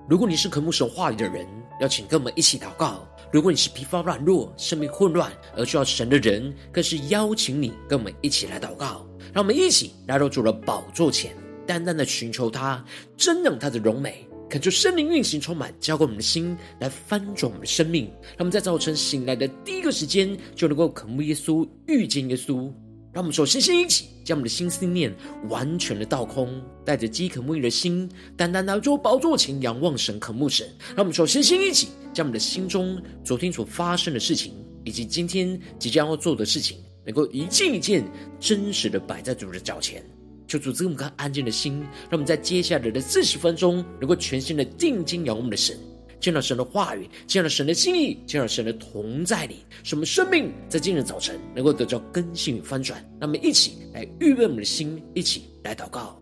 如果你是渴慕神话语的人，邀请跟我们一起祷告；如果你是疲乏软弱、生命混乱而需要神的人，更是邀请你跟我们一起来祷告。让我们一起来到主的宝座前，单单的寻求他，瞻仰他的荣美，恳求圣灵运行充满，浇灌我们的心，来翻转我们的生命。让我们在早晨醒来的第一个时间，就能够渴慕耶稣，遇见耶稣。让我们首先一起将我们的心思念完全的倒空，带着饥渴沐浴的心，单单来做宝座前仰望神、渴慕神。让我们首先一起将我们的心中昨天所发生的事情，以及今天即将要做的事情，能够一件一件真实的摆在主的脚前。求主赐我们个安静的心，让我们在接下来的40分钟，能够全心的定睛仰望我们的神，见到神的话语，见到神的心意，见到神的同在里，使我们生命在今日早晨能够得到更新与翻转。让我们一起来预备我们的心，一起来祷告。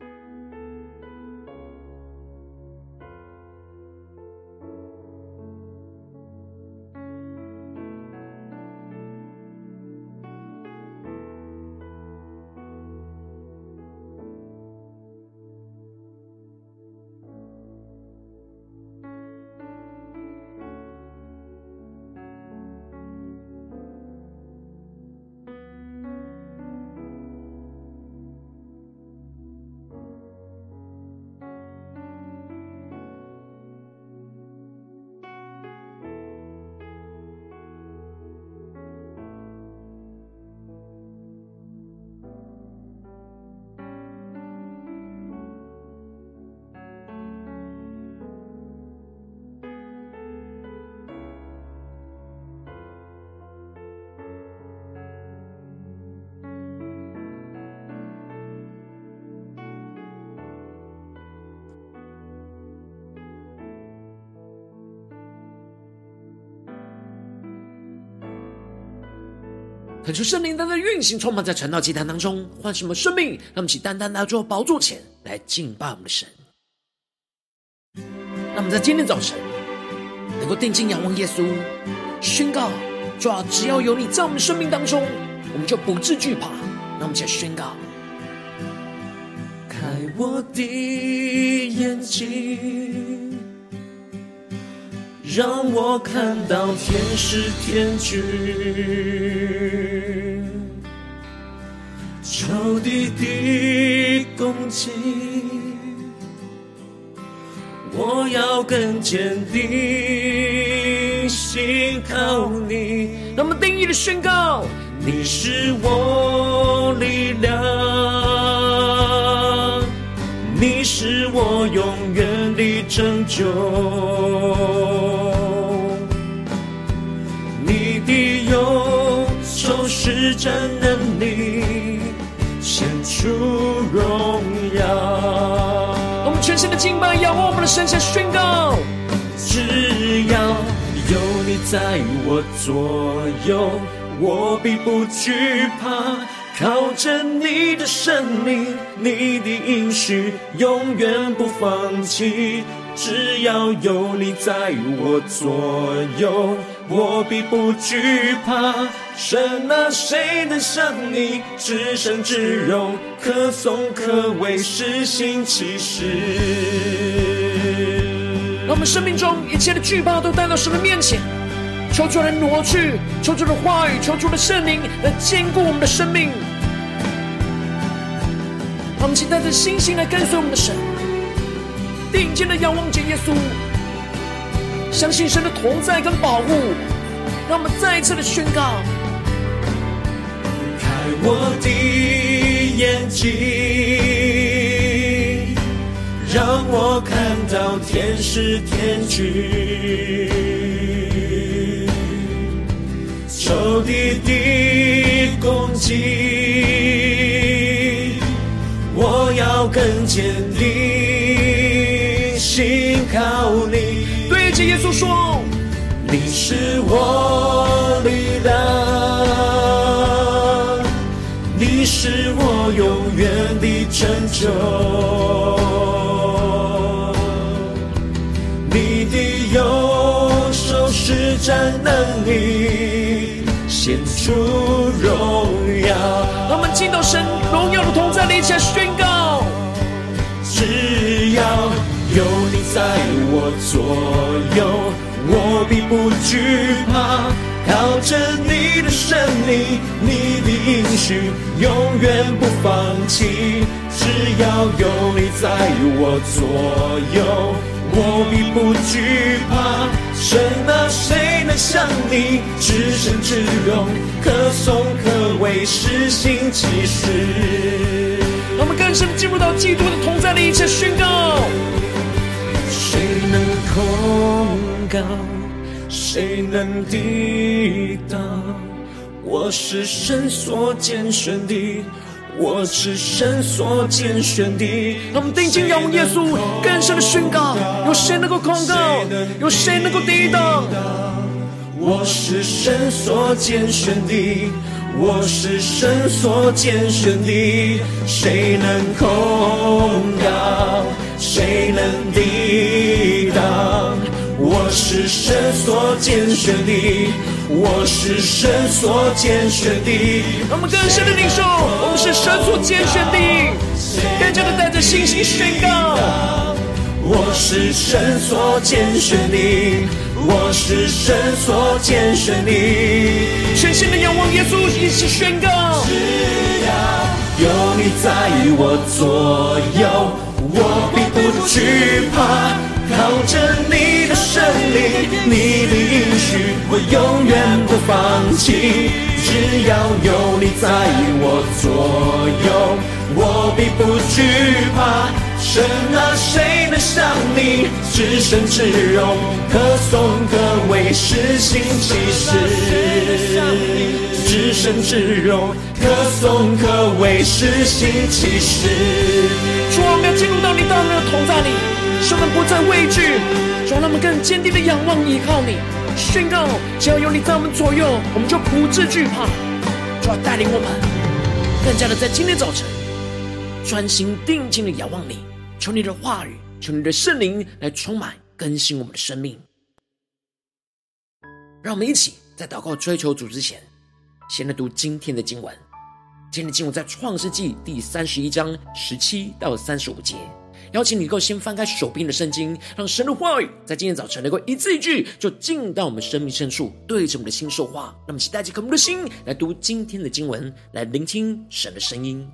恳求圣灵单单运行，充满在传道祭坛当中，唤醒我们生命，让我们起单单来做宝座前来敬拜我们的神。让我们在今天早晨能够定睛仰望耶稣，宣告：主啊，只要有你在我们生命当中，我们就不致惧怕。让我们一起来宣告：开我的眼睛，让我看到天使天军，仇敌的攻击，我要更坚定信靠你。让我们定义的宣告：你是我力量，你是我永远的拯救，你的右手施展能力，显出荣耀。我们全心的敬拜，仰望我们的神，下宣告：只要有你在我左右，我必不惧怕。靠着你的生命，你的应许永远不放弃。只要有你在我左右，我必不惧怕。神啊，谁能像你至圣至荣，可颂可畏，施行奇事。让我们生命中一切的惧怕都带到神的面前，求主来挪去，求主的话语，求主的圣灵来坚固我们的生命。让我们请带着信心来跟随我们的神，定睛的仰望着耶稣，相信神的同在跟保护。让我们再一次的宣告：开我的眼睛，让我看到天使天军，仇敌的攻击，我要更坚定信靠你。对着耶稣说：你是我力量，你是我永远的拯救，你的右手施展能力，显出荣耀。让我们进到神荣耀的同在里，一起来宣告：只要有你在我左右，我必不惧怕。靠着你的圣灵，你的应许永远不放弃。只要有你在我左右，我必不惧怕。神啊，谁能像你至圣至荣，可颂可畏，施行奇事。 让我们更深进入到基督的同在里，一起宣告： 谁能控告？谁能抵挡？我是神所拣选的，我是神所拣选的。 让我们定睛仰望耶稣，更深的宣告：有谁能够控告？有谁能够抵挡？ 我是神所拣选的，我是神所拣选的。谁能控告？谁能抵挡？我是神所拣选的，我是神所拣选的。 让我们更深的领受，我们是神所拣选的，更加的带着信心宣告： 我是神所拣选的，我是神所拣选的。 全心的仰望耶稣，一起宣告： 只要有你在我左右，我必不惧怕。靠着你的圣灵，你的应许，我永远不放弃。只要有你在我左右，我必不惧怕。神啊，谁能像你至圣至荣，可颂可畏，施行奇事。至圣至荣，可颂可畏，施行奇事。 主啊，我们要进入到你大能的同在里，使我们不再畏惧，主啊，让我们更坚定的仰望依靠你，宣告只要有你在我们左右，我们就不致惧怕。主啊，带领我们更加的在今天早晨专心定睛的仰望你，求你的话语，求你的圣灵来充满更新我们的生命。让我们一起在祷告追求主之前，先来读今天的经文。今天的经文在创世纪第31章17到35节。邀请你能够先翻开手边的圣经，让神的话语在今天早晨能够一字一句就进到我们生命深处，对着我们的心说话。那么，请带着渴慕的心来读今天的经文，来聆听神的声音。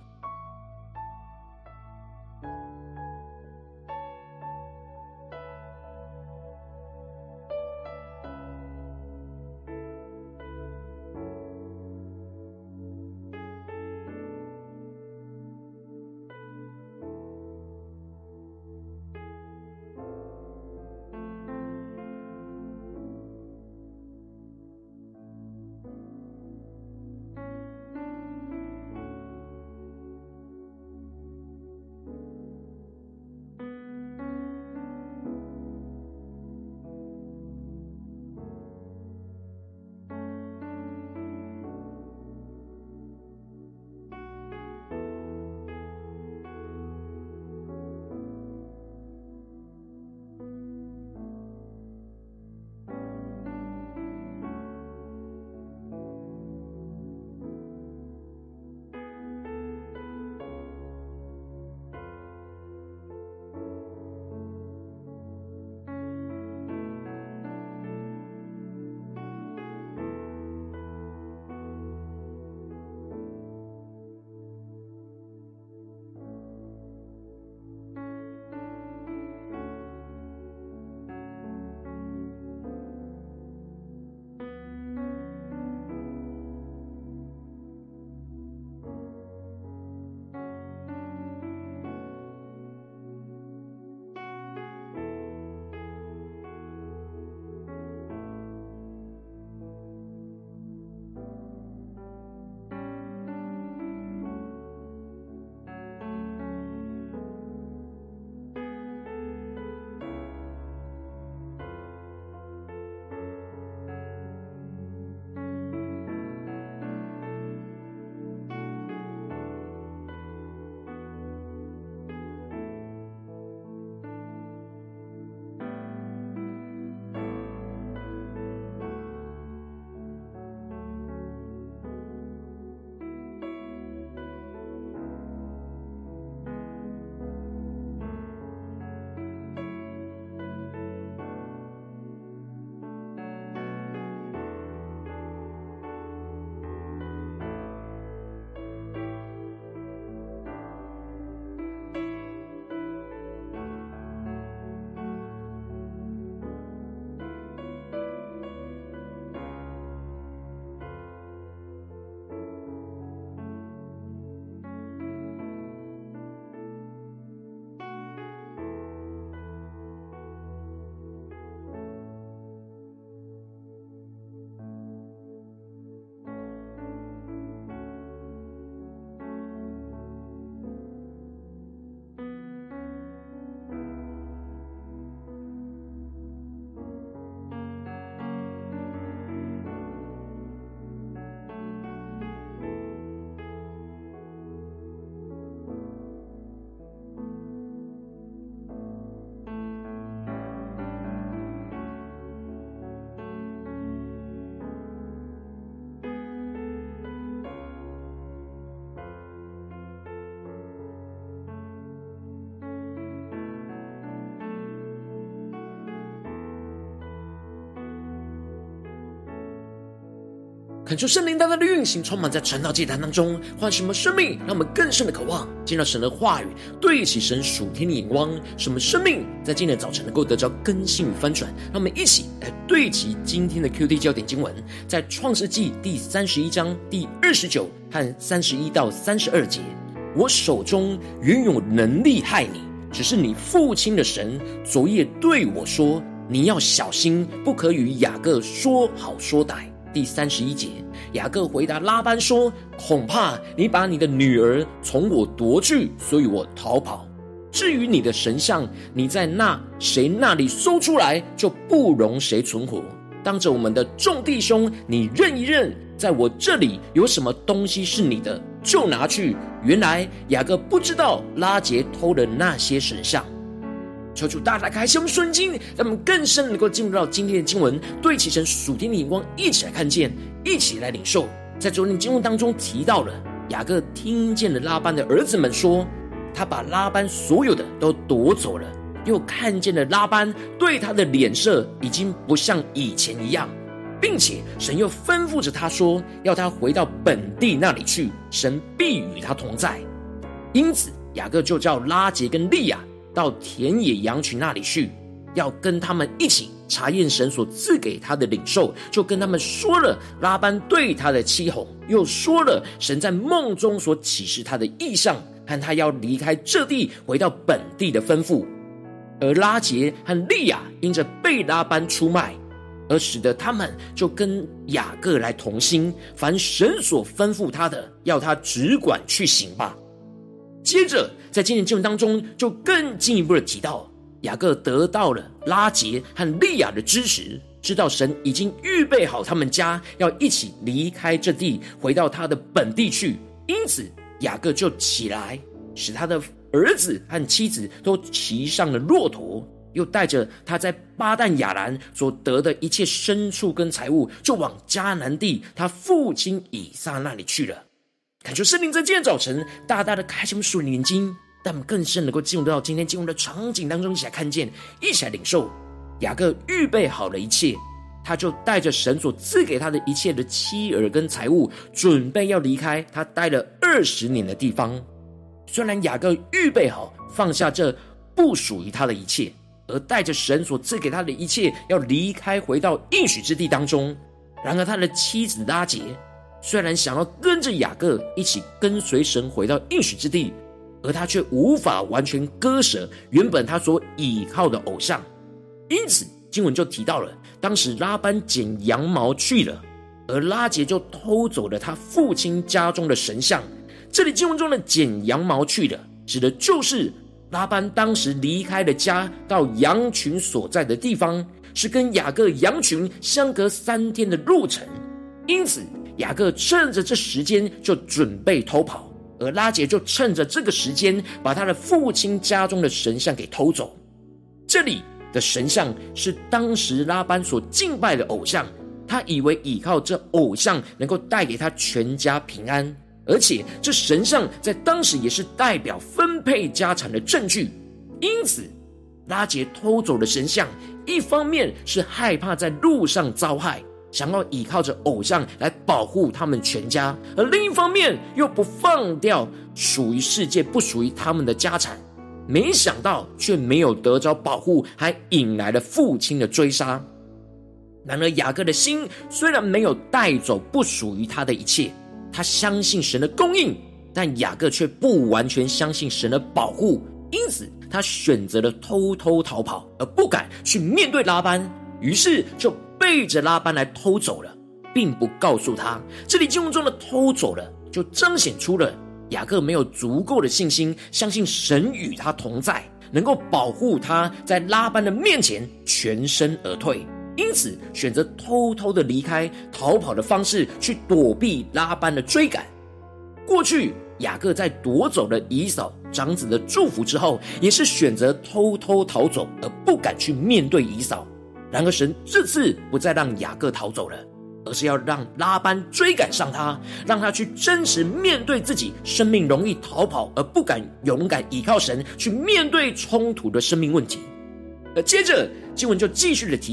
恳求圣灵大大的运行，充满在晨祷祭坛当中，唤醒我们生命，让我们更深的渴望见到神的话语，对齐神属天的眼光，使我们生命在今天的早晨能够得到更新与翻转。让我们一起来对齐今天的 QT 焦点经文，在创世纪第31章第29和31到32节。我手中原有能力害你，只是你父亲的神昨夜对我说，你要小心，不可与雅各说好说歹。第31节，雅各回答拉班说，恐怕你把你的女儿从我夺去，所以我逃跑。至于你的神像，你在谁那里搜出来，就不容谁存活。当着我们的众弟兄，你认一认，在我这里有什么东西是你的，就拿去。原来雅各不知道拉结偷了那些神像。求主大大开启我们顺经，让我们更深能够进入到今天的经文，对齐神属天的眼光，一起来看见，一起来领受。在昨天经文当中提到了，雅各听见了拉班的儿子们说，他把拉班所有的都夺走了，又看见了拉班对他的脸色已经不像以前一样，并且神又吩咐着他说，要他回到本地那里去，神必与他同在。因此雅各就叫拉结跟利亚到田野羊群那里去，要跟他们一起查验神所赐给他的领受，就跟他们说了拉班对他的欺哄，又说了神在梦中所启示他的异象，和他要离开这地回到本地的吩咐。而拉结和利亚因着被拉班出卖，而使得他们就跟雅各来同心，凡神所吩咐他的，要他只管去行吧。接着在今天经文当中就更进一步的提到，雅各得到了拉结和利亚的支持，知道神已经预备好他们家要一起离开这地，回到他的本地去。因此雅各就起来，使他的儿子和妻子都骑上了骆驼，又带着他在巴旦亚兰所得的一切牲畜跟财物，就往迦南地他父亲以撒那里去了。恳求圣灵在今天早晨大大的开启我们属灵的眼睛，让我们更深能够进入到今天经文的场景当中，一起来看见，一起来领受。雅各预备好了一切，他就带着神所赐给他的一切的妻儿跟财物，准备要离开他待了20年的地方。虽然雅各预备好放下这不属于他的一切，而带着神所赐给他的一切要离开回到应许之地当中，然而他的妻子拉结虽然想要跟着雅各一起跟随神回到应许之地，而他却无法完全割舍原本他所倚靠的偶像。因此经文就提到了，当时拉班剪羊毛去了，而拉结就偷走了他父亲家中的神像。这里经文中的剪羊毛去了，指的就是拉班当时离开了家，到羊群所在的地方，是跟雅各羊群相隔3天的路程。因此雅各趁着这时间就准备偷跑，而拉结就趁着这个时间把他的父亲家中的神像给偷走。这里的神像是当时拉班所敬拜的偶像，他以为依靠这偶像能够带给他全家平安，而且这神像在当时也是代表分配家产的证据。因此拉结偷走的神像，一方面是害怕在路上遭害，想要依靠着偶像来保护他们全家，而另一方面又不放掉属于世界不属于他们的家产，没想到却没有得着保护，还引来了父亲的追杀。然而雅各的心虽然没有带走不属于他的一切，他相信神的供应，但雅各却不完全相信神的保护，因此他选择了偷偷逃跑，而不敢去面对拉班，于是就背着拉班来偷走了，并不告诉他。这里经文中的偷走了，就彰显出了雅各没有足够的信心，相信神与他同在，能够保护他在拉班的面前全身而退，因此选择偷偷的离开，逃跑的方式去躲避拉班的追赶。过去雅各在夺走了以扫长子的祝福之后，也是选择偷偷逃走，而不敢去面对以扫。然而神这次不再让雅各逃走了，而是要让拉班追赶上他，让他去真实面对自己生命容易逃跑而不敢勇敢依靠神去面对冲突的生命问题。而接着经文就继续的提到，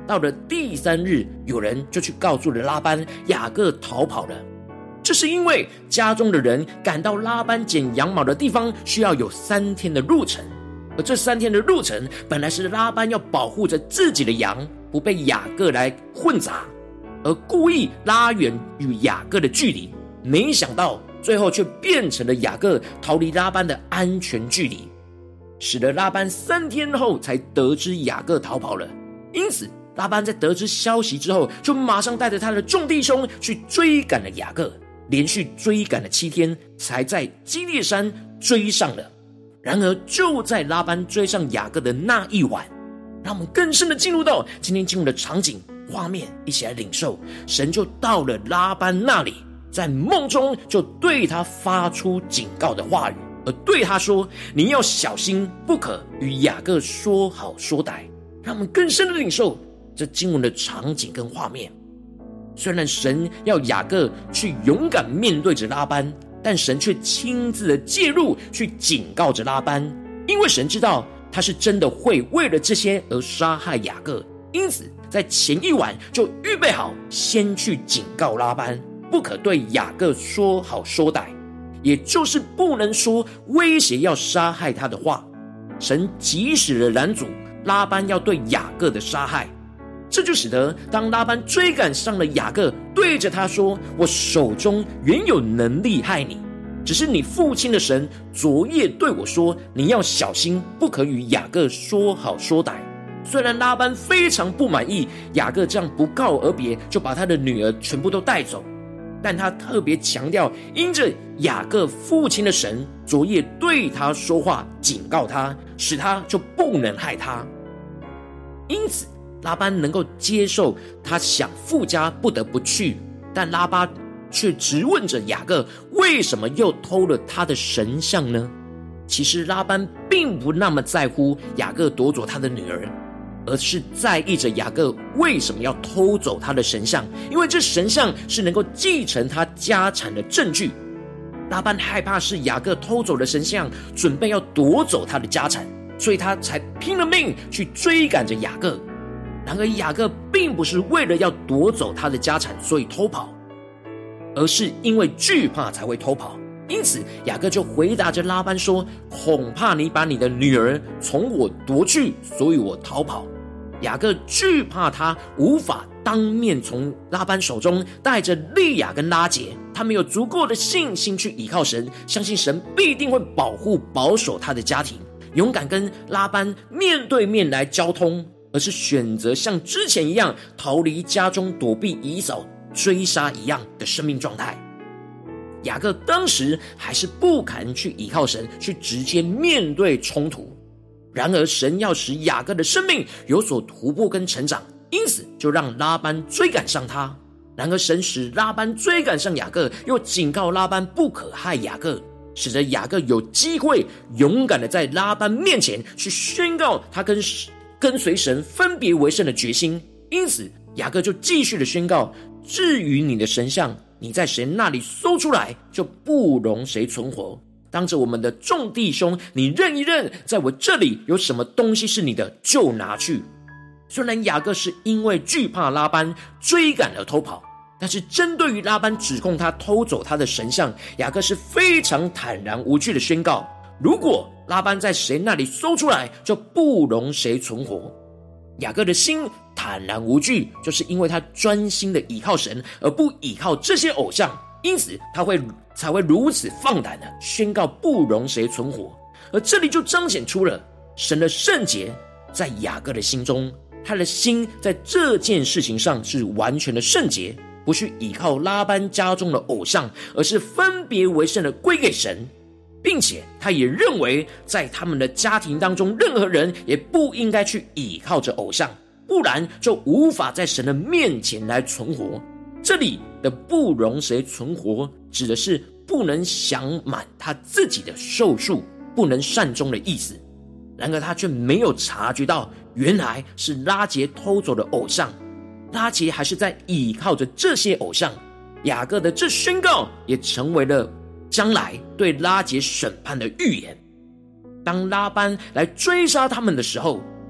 到了第3日，有人就去告诉了拉班，雅各逃跑了。这是因为家中的人赶到拉班剪羊毛的地方需要有3天的路程，而这3天的路程本来是拉班要保护着自己的羊不被雅各来混杂，而故意拉远与雅各的距离，没想到最后却变成了雅各逃离拉班的安全距离，使得拉班3天后才得知雅各逃跑了。因此拉班在得知消息之后，就马上带着他的众弟兄去追赶了雅各，连续追赶了7天，才在基列山追上了。然而就在拉班追上雅各的那一晚，让我们更深的进入到今天经文的场景画面，一起来领受。神就到了拉班那里，在梦中就对他发出警告的话语，而对他说，你要小心，不可与雅各说好说歹。让我们更深的领受这经文的场景跟画面。虽然神要雅各去勇敢面对着拉班，但神却亲自的介入，去警告着拉班，因为神知道他是真的会为了这些而杀害雅各，因此在前一晚就预备好，先去警告拉班，不可对雅各说好说歹，也就是不能说威胁要杀害他的话。神及时的拦阻拉班要对雅各的杀害，这就使得当拉班追赶上了雅各，对着他说，我手中原有能力害你，只是你父亲的神昨夜对我说，你要小心，不可与雅各说好说歹。虽然拉班非常不满意雅各这样不告而别就把他的女儿全部都带走，但他特别强调，因着雅各父亲的神昨夜对他说话，警告他，使他就不能害他。因此拉班能够接受他想父家不得不去，但拉班却质问着雅各，为什么又偷了他的神像呢？其实拉班并不那么在乎雅各夺走他的女儿，而是在意着雅各为什么要偷走他的神像，因为这神像是能够继承他家产的证据。拉班害怕是雅各偷走的神像准备要夺走他的家产，所以他才拼了命去追赶着雅各。然而雅各并不是为了要夺走他的家产所以偷跑，而是因为惧怕才会偷跑。因此雅各就回答着拉班说，恐怕你把你的女儿从我夺去，所以我逃跑。雅各惧怕他无法当面从拉班手中带着利亚跟拉结，他们有足够的信心去依靠神，相信神必定会保护保守他的家庭，勇敢跟拉班面对面来交通，而是选择像之前一样逃离家中，躲避以扫追杀一样的生命状态。雅各当时还是不敢去依靠神，去直接面对冲突。然而神要使雅各的生命有所突破跟成长，因此就让拉班追赶上他。然而神使拉班追赶上雅各，又警告拉班不可害雅各，使得雅各有机会勇敢的在拉班面前去宣告他跟随神分别为圣的决心。因此雅各就继续的宣告，至于你的神像，你在谁那里搜出来，就不容谁存活。当着我们的众弟兄，你认一认，在我这里有什么东西是你的，就拿去。虽然雅各是因为惧怕拉班追赶而偷跑，但是针对于拉班指控他偷走他的神像，雅各是非常坦然无惧的宣告，如果拉班在谁那里搜出来，就不容谁存活。雅各的心坦然无惧，就是因为他专心的倚靠神，而不倚靠这些偶像，因此他才会如此放胆的宣告不容谁存活。而这里就彰显出了神的圣洁在雅各的心中，他的心在这件事情上是完全的圣洁，不去倚靠拉班家中的偶像，而是分别为圣的归给神，并且他也认为在他们的家庭当中，任何人也不应该去倚靠着偶像，不然就无法在神的面前来存活。这里的不容谁存活，指的是不能享满他自己的寿数，不能善终的意思。然而他却没有察觉到，原来是拉结偷走的偶像，拉结还是在倚靠着这些偶像。雅各的这宣告也成为了将来对拉结审判的预言。当拉班来追杀他们的时候，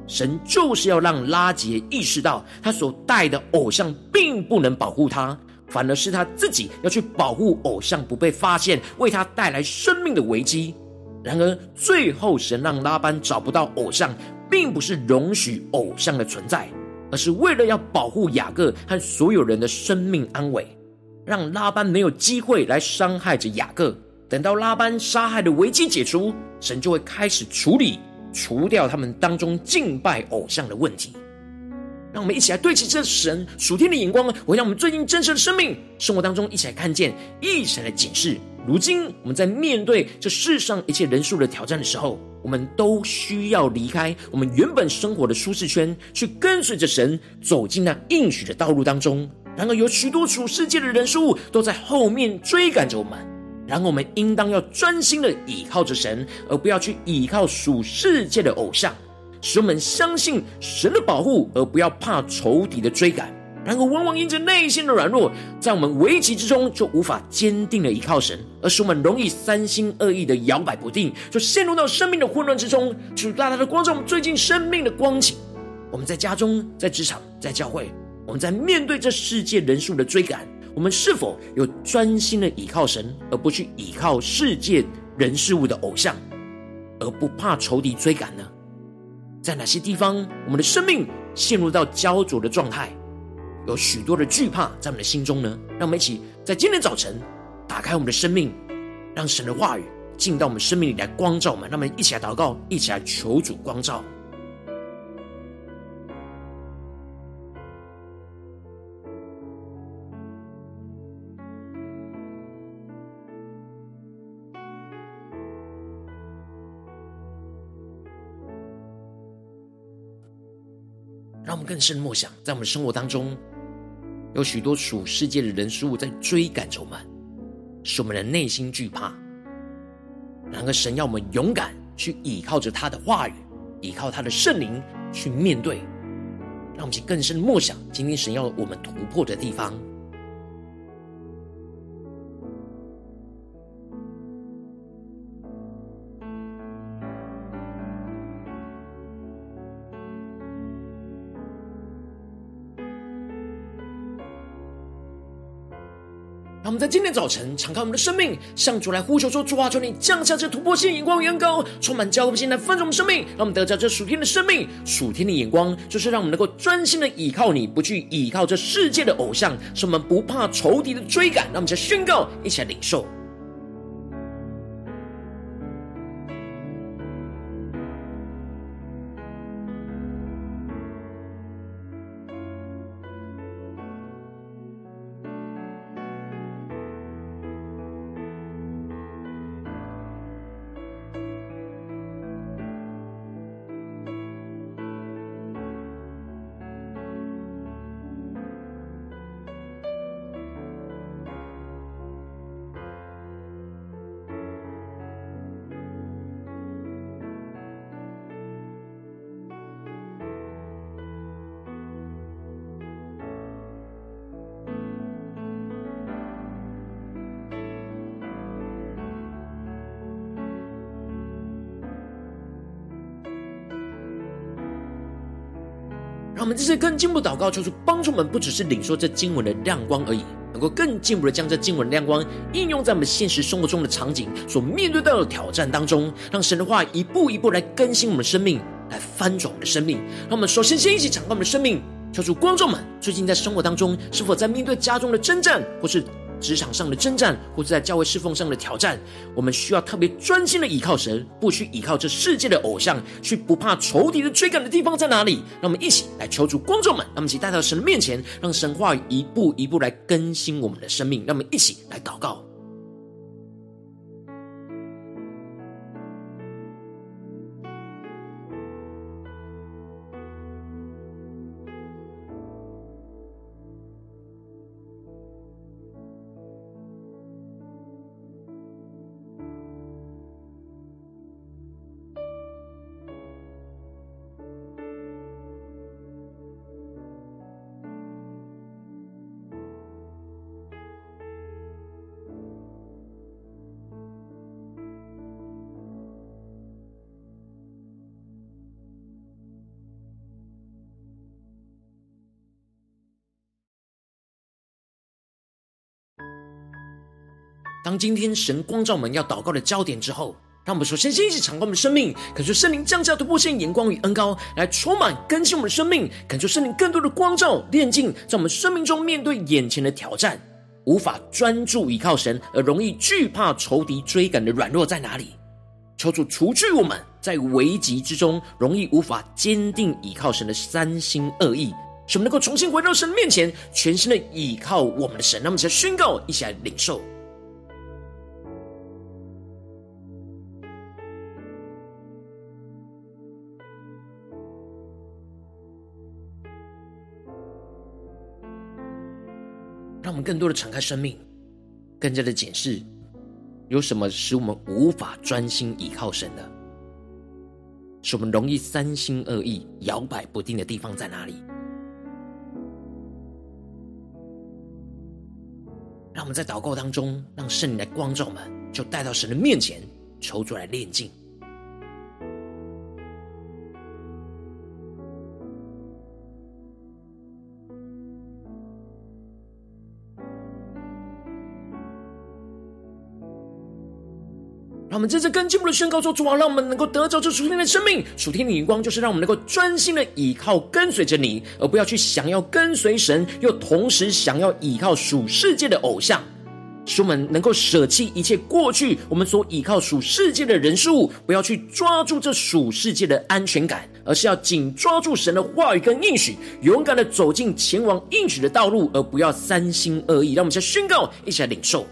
神就是要让拉结意识到，他所拜的偶像并不能保护他，反而是他自己要去保护偶像不被发现，为他带来生命的危机。然而最后神让拉班找不到偶像，并不是容许偶像的存在，而是为了要保护雅各和所有人的生命安危，让拉班没有机会来伤害着雅各。等到拉班杀害的危机解除，神就会开始除掉他们当中敬拜偶像的问题。让我们一起来对齐这神属天的眼光，回到我们最近真实的生命生活当中，一起来看见，一起来检视。如今我们在面对这世上一切人数的挑战的时候，我们都需要离开我们原本生活的舒适圈，去跟随着神走进那应许的道路当中。然而有许多属世界的人事物都在后面追赶着我们，然后我们应当要专心的倚靠着神，而不要去倚靠属世界的偶像，使我们相信神的保护，而不要怕仇敌的追赶。然而往往因着内心的软弱，在我们危急之中就无法坚定的依靠神，而使我们容易三心二意的摇摆不定，就陷入到生命的混乱之中。求大大的光照我们最近生命的光景。我们在家中，在职场，在教会，我们在面对这世界人数的追赶，我们是否有专心的倚靠神，而不去倚靠世界人事物的偶像，而不怕仇敌追赶呢？在哪些地方我们的生命陷入到焦灼的状态，有许多的惧怕在我们的心中呢？让我们一起在今天早晨打开我们的生命，让神的话语进到我们生命里来光照我们。让我们一起来祷告，一起来求主光照。让我们更深默想，在我们的生活当中有许多属世界的人事物在追赶着我们，使我们的内心惧怕。然而神要我们勇敢去倚靠着他的话语，倚靠他的圣灵去面对。让我们去更深默想今天神要我们突破的地方。让我们在今天早晨敞开我们的生命，向主来呼求说：主啊，求你降下这突破性眼光与恩膏，充满交付性来分盛我们生命，让我们得着这属天的生命。属天的眼光就是让我们能够专心的倚靠你，不去倚靠这世界的偶像，使我们不怕仇敌的追赶。让我们再宣告，一起来领受。让我们这次更进一步祷告，求主帮助我们，不只是领受这经文的亮光而已，能够更进一步的将这经文的亮光应用在我们现实生活中的场景所面对到的挑战当中，让神的话一步一步来更新我们的生命，来翻转我们的生命。让我们首先一起敞开我们的生命，求主光照们最近在生活当中是否在面对家中的征战，或是职场上的征战，或者在教会侍奉上的挑战，我们需要特别专心的倚靠神，不去倚靠这世界的偶像，去不怕仇敌的追赶的地方在哪里？让我们一起来求主光照们，让我们一起带到神的面前，让神话语一步一步来更新我们的生命。让我们一起来祷告。 当今天神光照我们要祷告的焦点之后，让我们首先一起敞开我们的生命，恳求圣灵降下突破性眼光与恩膏，来充满更新我们的生命，恳求圣灵更多的光照炼净，在我们生命中面对眼前的挑战，无法专注依靠神，而容易惧怕仇敌追赶的软弱在哪里？求主除去我们在危急之中容易无法坚定依靠神的三心二意，使我们能够重新回到神的面前，全心的依靠我们的神。让我们一起来宣告，一起来领受。让我们更多的敞开生命，更加的检视有什么使我们无法专心依靠神的，使我们容易三心二意摇摆不定的地方在哪里？让我们在祷告当中，让圣灵来光照我们，就带到神的面前，求主来炼净。让我们真正更进一步的宣告说，主啊，让我们能够得着这属天的生命。属天的眼光就是让我们能够专心的倚靠跟随着你，而不要去想要跟随神，又同时想要倚靠属世界的偶像，使我们能够舍弃一切过去我们所倚靠属世界的人事物，不要去抓住这属世界的安全感，而是要紧抓住神的话语跟应许，勇敢的走进前往应许的道路，而不要三心二意。让我们先宣告，一起来领受。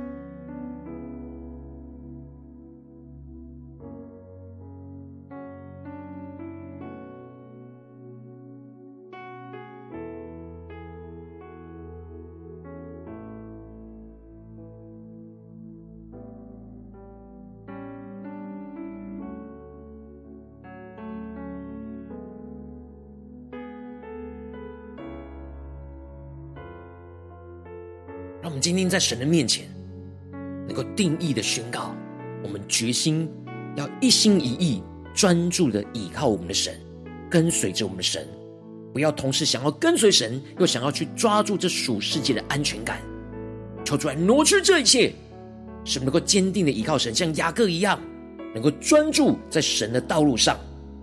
让我们今天在神的面前能够定义的宣告，我们决心要一心一意专注的倚靠我们的神，跟随着我们的神，不要同时想要跟随神，又想要去抓住这属世界的安全感。求主来挪去这一切，使我们能够坚定的倚靠神，像雅各一样，能够专注在神的道路上。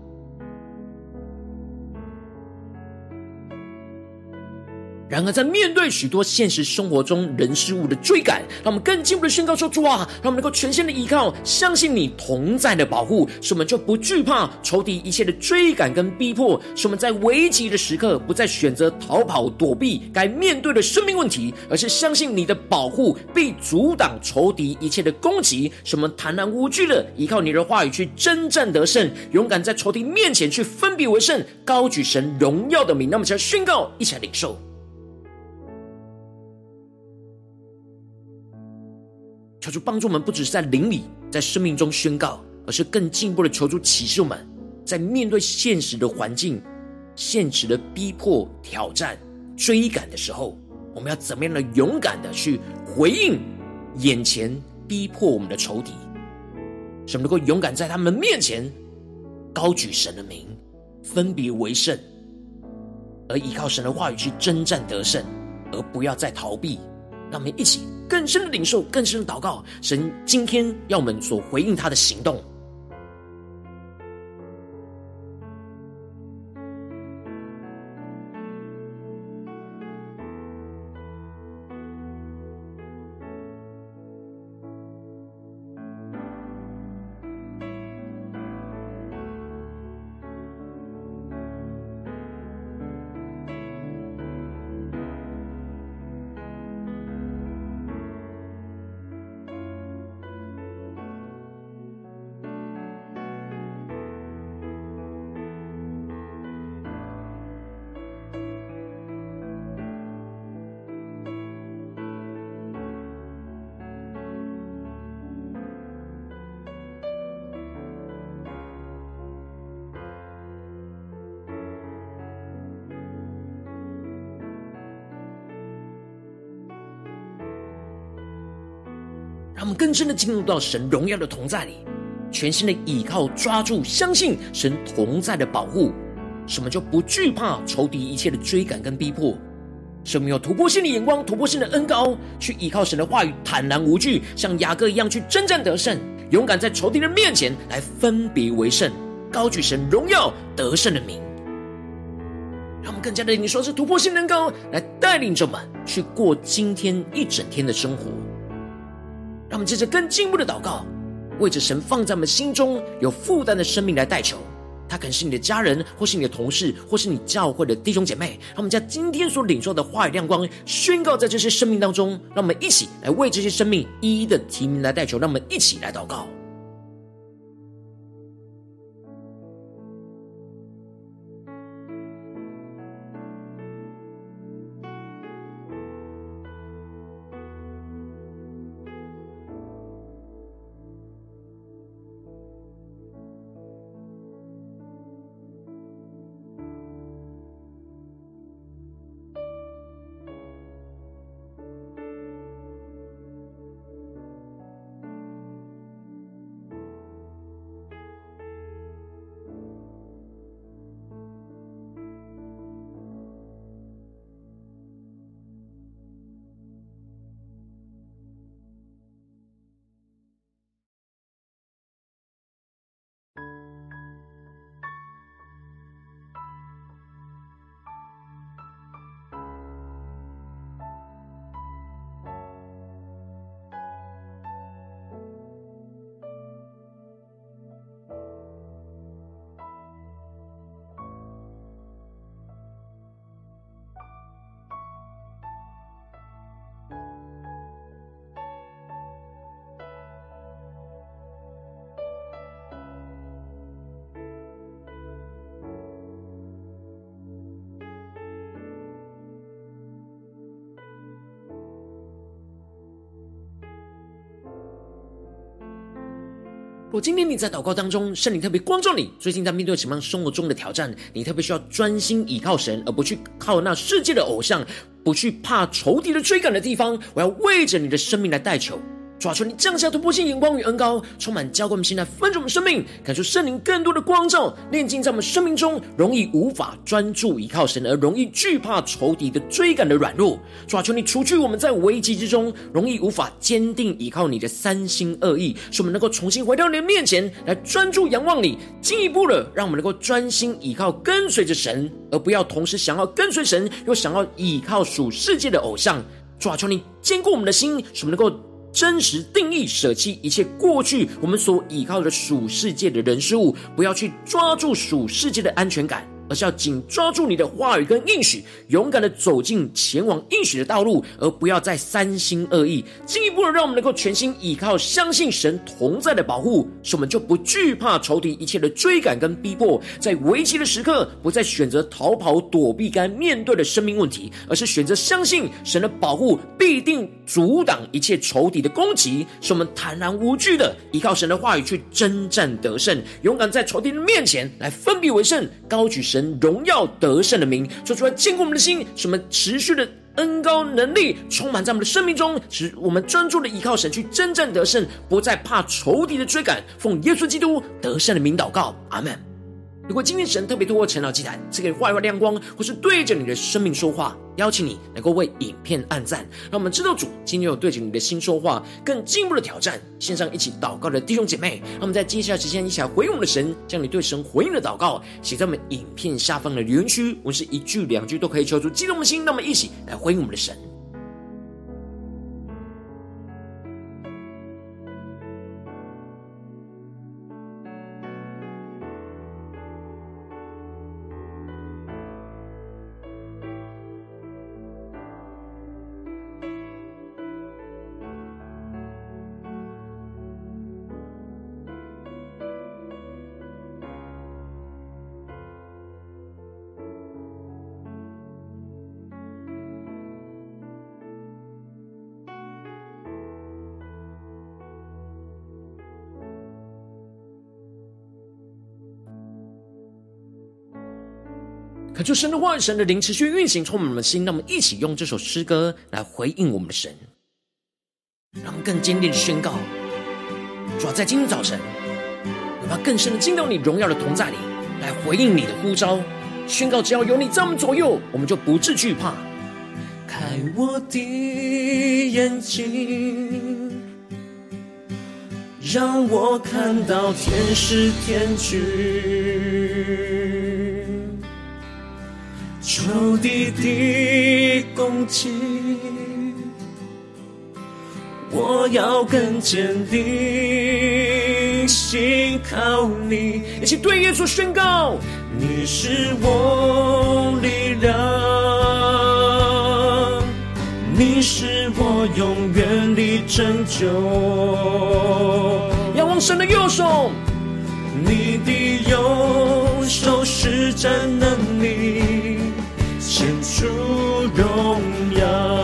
然而在面对许多现实生活中人事物的追赶，让我们更进一步的宣告说，主啊，让我们能够全心的依靠，相信你同在的保护，使我们就不惧怕仇敌一切的追赶跟逼迫，使我们在危急的时刻不再选择逃跑躲避该面对的生命问题，而是相信你的保护必阻挡仇敌一切的攻击，使我们坦然无惧的依靠你的话语去征战得胜，勇敢在仇敌面前去分别为圣，高举神荣耀的名。那么，一起来宣告，一起来领受。求主帮助我们，不只是在灵里，在生命中宣告，而是更进一步的求主启示我们，在面对现实的环境、现实的逼迫、挑战、追赶的时候，我们要怎么样的勇敢的去回应眼前逼迫我们的仇敌，使我们能够勇敢在他们面前高举神的名，分别为圣，而依靠神的话语去征战得胜，而不要再逃避。让我们一起更深的领受，更深的祷告，神今天要我们所回应他的行动。让我们更深的进入到神荣耀的同在里，全心的倚靠抓住相信神同在的保护，使我们就不惧怕仇敌一切的追赶跟逼迫， 使我们有突破性的眼光，突破性的恩膏，去依靠神的话语，坦然无惧，像雅各一样去征战得胜，勇敢在仇敌人面前来分别为圣，高举神荣耀得胜的名。让我们更加的领受这突破性的恩膏，来带领着我们去过今天一整天的生活。让我们接着更进一步的祷告，为着神放在我们心中有负担的生命来代求。他可能是你的家人，或是你的同事，或是你教会的弟兄姐妹。让我们将今天所领受的话语亮光宣告在这些生命当中。让我们一起来为这些生命一一的提名来代求。让我们一起来祷告。若今天你在祷告当中，圣灵特别光照你，最近在面对什么样生活中的挑战，你特别需要专心倚靠神，而不去靠那世界的偶像，不去怕仇敌的追赶的地方，我要为着你的生命来代求。主啊，求你降下突破性眼光与恩膏，充满浇灌我们心来分盛我们生命，感受圣灵更多的光照，炼净在我们生命中容易无法专注依靠神，而容易惧怕仇敌的追赶的软弱。主啊，求你除去我们在危机之中容易无法坚定依靠你的三心二意，使我们能够重新回到你的面前来专注仰望你，进一步的让我们能够专心依靠跟随着神，而不要同时想要跟随神又想要依靠属世界的偶像。主啊，求你坚固我们的心，使我们能够真实定义舍弃一切过去我们所倚靠的属世界的人事物，不要去抓住属世界的安全感，而是要紧抓住你的话语跟应许，勇敢的走进前往应许的道路，而不要再三心二意。进一步的让我们能够全心倚靠相信神同在的保护，使我们就不惧怕仇敌一切的追赶跟逼迫，在危机的时刻不再选择逃跑躲避该面对的生命问题，而是选择相信神的保护必定阻挡一切仇敌的攻击，使我们坦然无惧的依靠神的话语去征战得胜，勇敢在仇敌的面前来分别为圣，高举神荣耀得胜的名，说出来坚固我们的心，使我们持续的恩膏能力充满在我们的生命中，使我们专注的依靠神去征战得胜，不再怕仇敌的追赶。奉耶稣基督得胜的名祷告，阿们。如果今天神特别透过晨祷祭坛赐给话语亮光，或是对着你的生命说话，邀请你能够为影片按赞，让我们知道主今天有对着你的心说话，更进一步的挑战线上一起祷告的弟兄姐妹，让我们在接下来时间一起来回应我们的神，将你对神回应的祷告写在我们影片下方的留言区，无论是一句两句都可以求出激动我们的心，让我们一起来回应我们的神。恳求神的话语、神的灵持续运行充满我们的心，让我们一起用这首诗歌来回应我们的神，让我们更坚定的宣告：主要在今天早晨，我们要更深的进到你荣耀的同在里，来回应你的呼召，宣告只要有你在我们左右，我们就不致惧怕。 开我的眼睛，让我看到天使天军，仇敌的攻击，我要更坚定，信靠你。 一起对耶稣宣告： 你是我力量，你是我永远的拯救。 仰望神的右手， 你的右手施展能力，显出荣耀。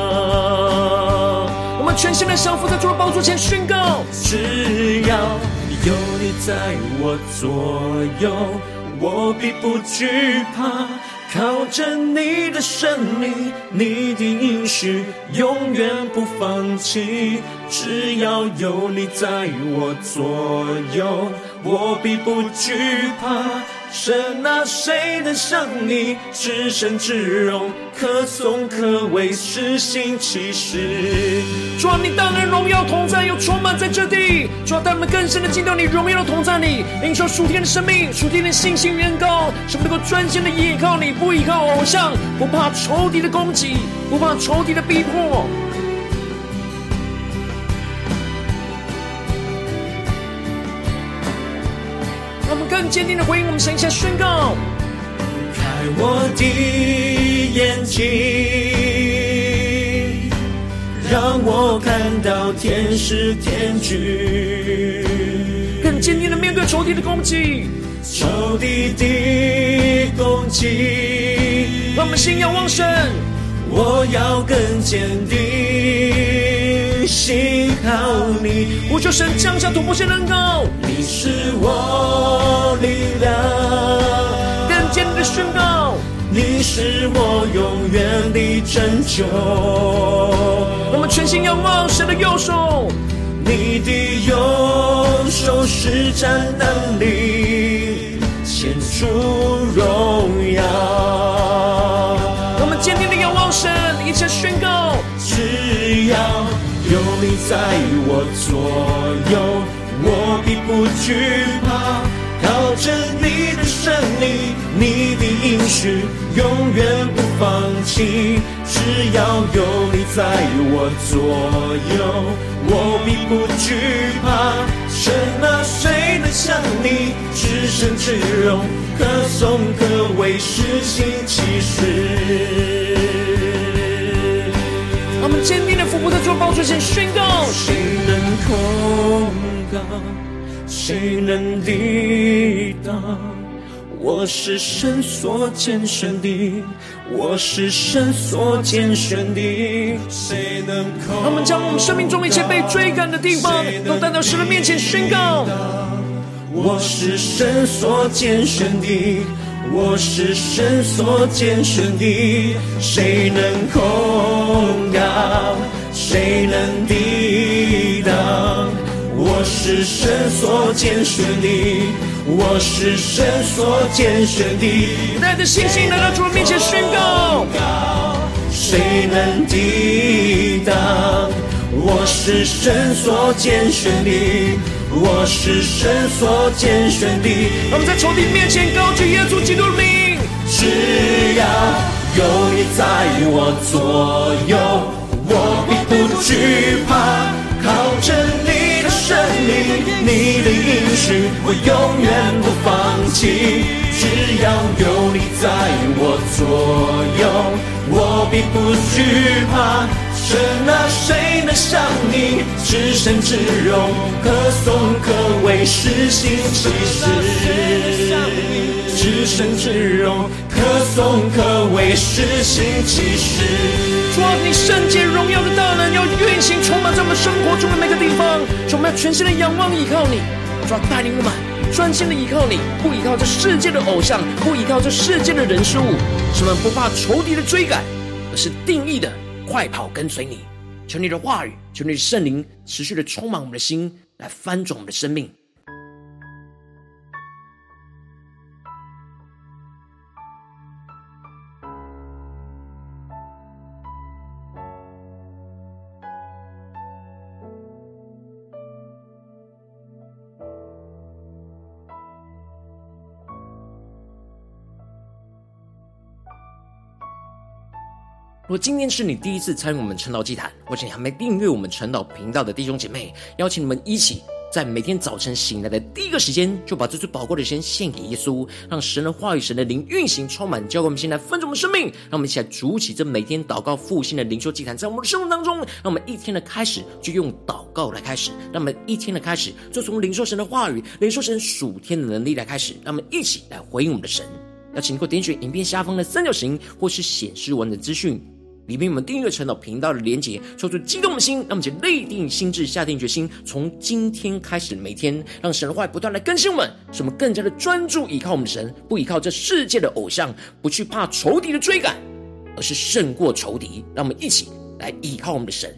我们全心的降服在主的宝座前宣告： 只要有你在我左右，我必不惧怕。靠着你的生命，你的应许永远不放弃。只要有你在我左右，我必不惧怕。神啊，谁能像你至圣至荣，可颂可畏，施行奇事。 主啊，你大能荣耀同在又充满在这地。主啊，带我们更深的进到你荣耀的同在里，领受属天的生命，属天的信心远高，使我们能够专心的依靠你，不依靠偶像，不怕仇敌的攻击，不怕仇敌的逼迫。让我们更坚定的回应我们神一下宣告： 开我的眼睛，让我看到天使天军， 更坚定的面对仇敌的攻击， 仇敌的攻击。 让我们心仰望神， 我要更坚定，信靠你。 呼求神降下突破性的恩膏， 你是我力量， 更坚定的宣告， 你是我永远的拯救。 我们全心仰望神的右手， 你的右手施展能力，显出荣耀。 我们坚定的仰望神，一切宣告： 只要有你在我左右，我必不惧怕。靠着你的生命，你的应许永远不放弃。只要有你在我左右，我必不惧怕。神啊，谁能像你至圣至荣，可颂可畏，施行奇事。 我们坚定的俯伏在主的宝座前宣告： 谁能控告？谁能抵挡？我是神所拣选的，我是神所拣选的。谁能控告？ 让我们将我们生命中一切被追赶的地方，都带到神的面前宣告： 我是神所拣选的，我是神所拣选的。谁能控告？谁能抵挡？我是神所拣选的，我是神所拣选的。 带着信心来到主的面前宣告： 谁能抵挡？我是神所拣选的，我是神所拣选的。 让我们在仇敌面前高举耶稣基督的名， 只要有你在我左右，我必不惧怕。靠着你的生命，你的应许，我永远不放弃。只要有你在我左右，我必不惧怕。神啊，谁能像你至圣至荣，可颂可畏，施行奇事。至圣至荣，可颂可畏，施行奇事。 主啊，你圣洁荣耀的大能要运行充满在我们生活中的每个地方。主，我们要全心的仰望依靠你。主啊，带领我们专心的依靠你，不依靠这世界的偶像，不依靠这世界的人事物，使我们不怕仇敌的追赶，而是定义的快跑跟随你。求你的话语，求你的圣灵持续的充满我们的心，来翻转我们的生命。 如果今天是你第一次参与我们晨祷祭坛，或者你还没订阅我们晨祷频道的弟兄姐妹，邀请你们一起在每天早晨醒来的第一个时间，就把这最宝贵的时间献给耶稣，让神的话语、神的灵运行充满，教给我们现在分盛我们生命。让我们一起来筑起这每天祷告复兴的灵修祭坛，在我们的生活当中，让我们一天的开始就用祷告来开始，让我们一天的开始就从领受神的话语、领受神属天的能力来开始，让我们一起来回应我们的神。要请你给我点选影片下方的三角形，或是显示完整资讯里面我们订阅晨祷频道的连结，抽出激动的心，让我们一起立定心志，下定决心，从今天开始每天，让神的话不断来更新我们，使我们更加的专注依靠我们的神，不依靠这世界的偶像，不去怕仇敌的追赶，而是胜过仇敌。让我们一起来依靠我们的神。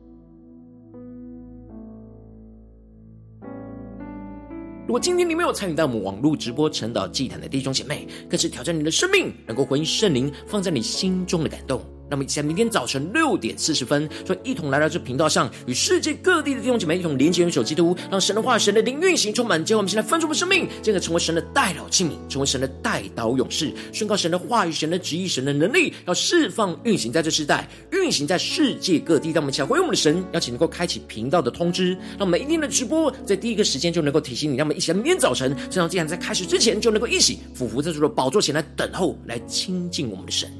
如果今天你没有参与到我们网络直播晨祷祭坛的弟兄姐妹，更是挑战你的生命，能够回应圣灵放在你心中的感动。那么在明天早晨6:40，就一同来到这频道上，与世界各地的弟兄姐妹一同连结元首基督，让神的话、神的灵运行充满，结果我们现在分出我们生命，进而成为神的代祷器皿，成为神的代祷勇士，宣告神的话语、神的旨意、神的能力，要释放运行在这世代，运行在世界各地。让我们一起来回应我们的神，邀请能够开启频道的通知，让每一天的直播在第一个时间就能够提醒你。让我们一起来明天早晨这场祭坛在开始之前，就能够一起俯伏在主的宝座前来等候，来亲近我们的神。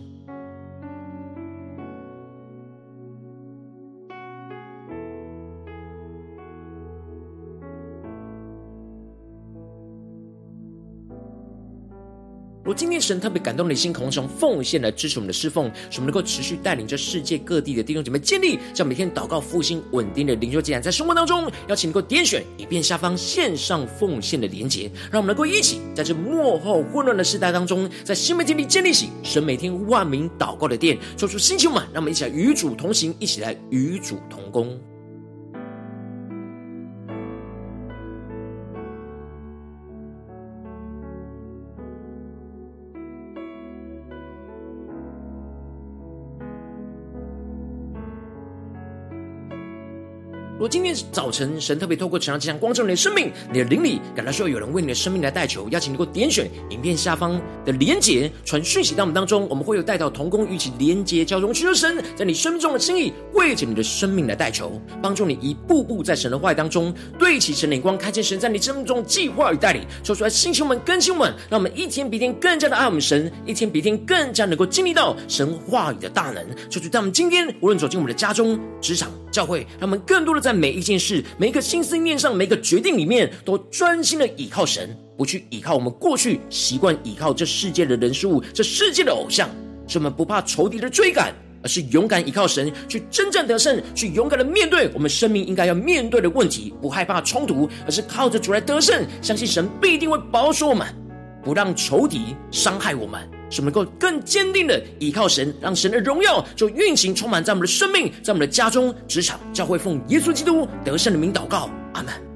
如果今天神特别感动你的心，渴望从奉献来支持我们的侍奉，使我们能够持续带领着世界各地的弟兄姐妹建立这样每天祷告复兴稳定的灵修祭坛，在生活当中邀请你能够点选影片下方线上奉献的连结，让我们能够一起在这末后混乱的时代当中，在新媒体里建立起神每天万名祷告的殿，抽出星球们，让我们一起来与主同行，一起来与主同工。如果今天早晨神特别透过晨祷祭坛光照你的生命，你的灵里感到需要有人为你的生命来代求，邀请你能够点选影片下方的连结，传讯息到我们当中，我们会有代祷同工与其连结交通，寻求神在你生命中的心意，为着你的生命来代求，帮助你一步步在神的话语当中对齐神的眼光，看见神在你生命中的计划与带领，说出来星球们更新我们，让我们一天比一天更加的爱我们神，一天比一天更加能够经历到神话语的大能。求主在我们今天无论走进我们的家中、职场、教会，让我们更多的在每一件事、每一个心思念上、每一个决定里面，都专心的倚靠神，不去倚靠我们过去习惯倚靠这世界的人事物、这世界的偶像，使我们不怕仇敌的追赶，而是勇敢倚靠神，去征战得胜，去勇敢的面对我们生命应该要面对的问题，不害怕冲突，而是靠着主来得胜，相信神必定会保守我们，不让仇敌伤害我们，使我们能够更坚定的依靠神，让神的荣耀就运行充满在我们的生命，在我们的家中、职场、教会，奉耶稣基督得胜的名祷告，阿们。